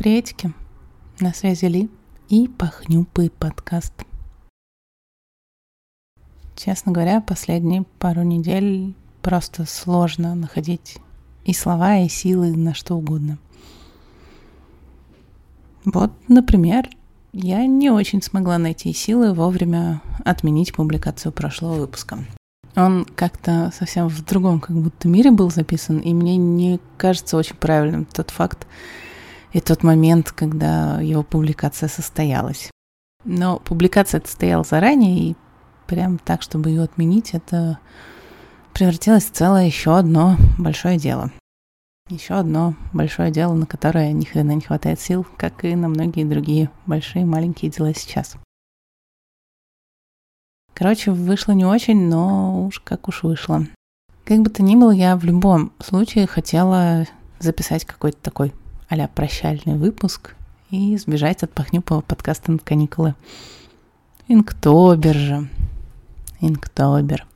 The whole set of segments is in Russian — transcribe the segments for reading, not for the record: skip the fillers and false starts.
Приветики, на связи Ли и Похнюпый подкаст. Честно говоря, последние пару недель просто сложно находить и слова, и силы на что угодно. Вот, например, я не очень смогла найти силы вовремя отменить публикацию прошлого выпуска. Он как-то совсем в другом как будто мире был записан, и мне не кажется очень правильным тот факт и тот момент, когда его публикация состоялась. Но публикация состоялась заранее, и прям так, чтобы ее отменить, это превратилось в целое еще одно большое дело. Еще одно большое дело, на которое ни хрена не хватает сил, как и на многие другие большие и маленькие дела сейчас. Короче, вышло не очень, но уж как уж вышло. Как бы то ни было, я в любом случае хотела записать какой-то такой а-ля прощальный выпуск и сбежать от Похнюпого подкаста на каникулы. Инктобер же. Инктобер.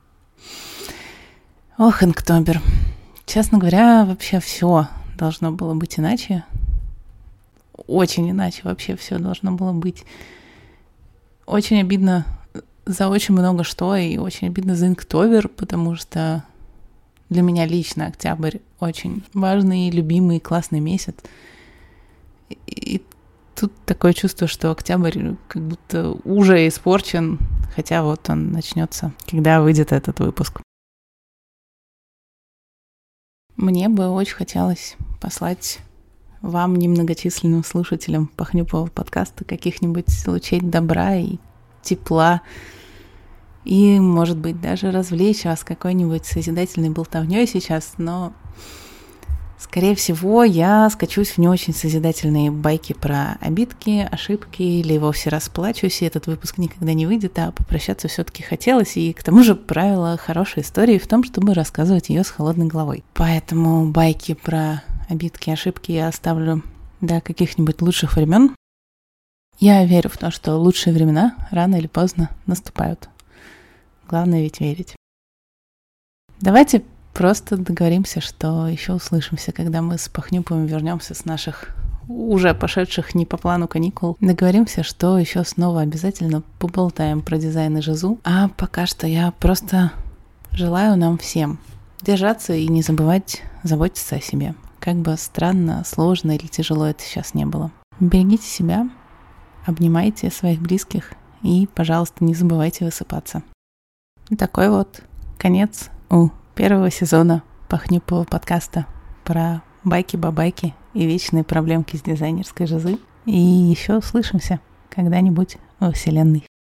Ох, Инктобер. Честно говоря, вообще все должно было быть иначе. Очень иначе вообще все должно было быть. Очень обидно за очень много что, и очень обидно за Инктобер, потому что для меня лично октябрь очень важный, любимый, классный месяц. И тут такое чувство, что октябрь как будто уже испорчен, хотя вот он начнется, когда выйдет этот выпуск. Мне бы очень хотелось послать вам, немногочисленным слушателям Похнюпого подкаста, каких-нибудь лучей добра и тепла, и, может быть, даже развлечь вас какой-нибудь созидательной болтовнёй сейчас, но, скорее всего, я скачусь в не очень созидательные байки про обидки, ошибки, или вовсе расплачусь, и этот выпуск никогда не выйдет, а попрощаться все-таки хотелось, и к тому же правило хорошей истории в том, чтобы рассказывать ее с холодной головой. Поэтому байки про обидки, ошибки я оставлю до каких-нибудь лучших времен. Я верю в то, что лучшие времена рано или поздно наступают. Главное ведь верить. Давайте просто договоримся, что еще услышимся, когда мы с Похнюповым вернемся с наших уже пошедших не по плану каникул. Договоримся, что еще снова обязательно поболтаем про дизайн и жизу. А пока что я просто желаю нам всем держаться и не забывать заботиться о себе. Как бы странно, сложно или тяжело это сейчас не было. Берегите себя, обнимайте своих близких и, пожалуйста, не забывайте высыпаться. Такой вот конец у первого сезона Похнюпого подкаста про байки-бабайки и вечные проблемки с дизайнерской жизой. И еще услышимся когда-нибудь во вселенной.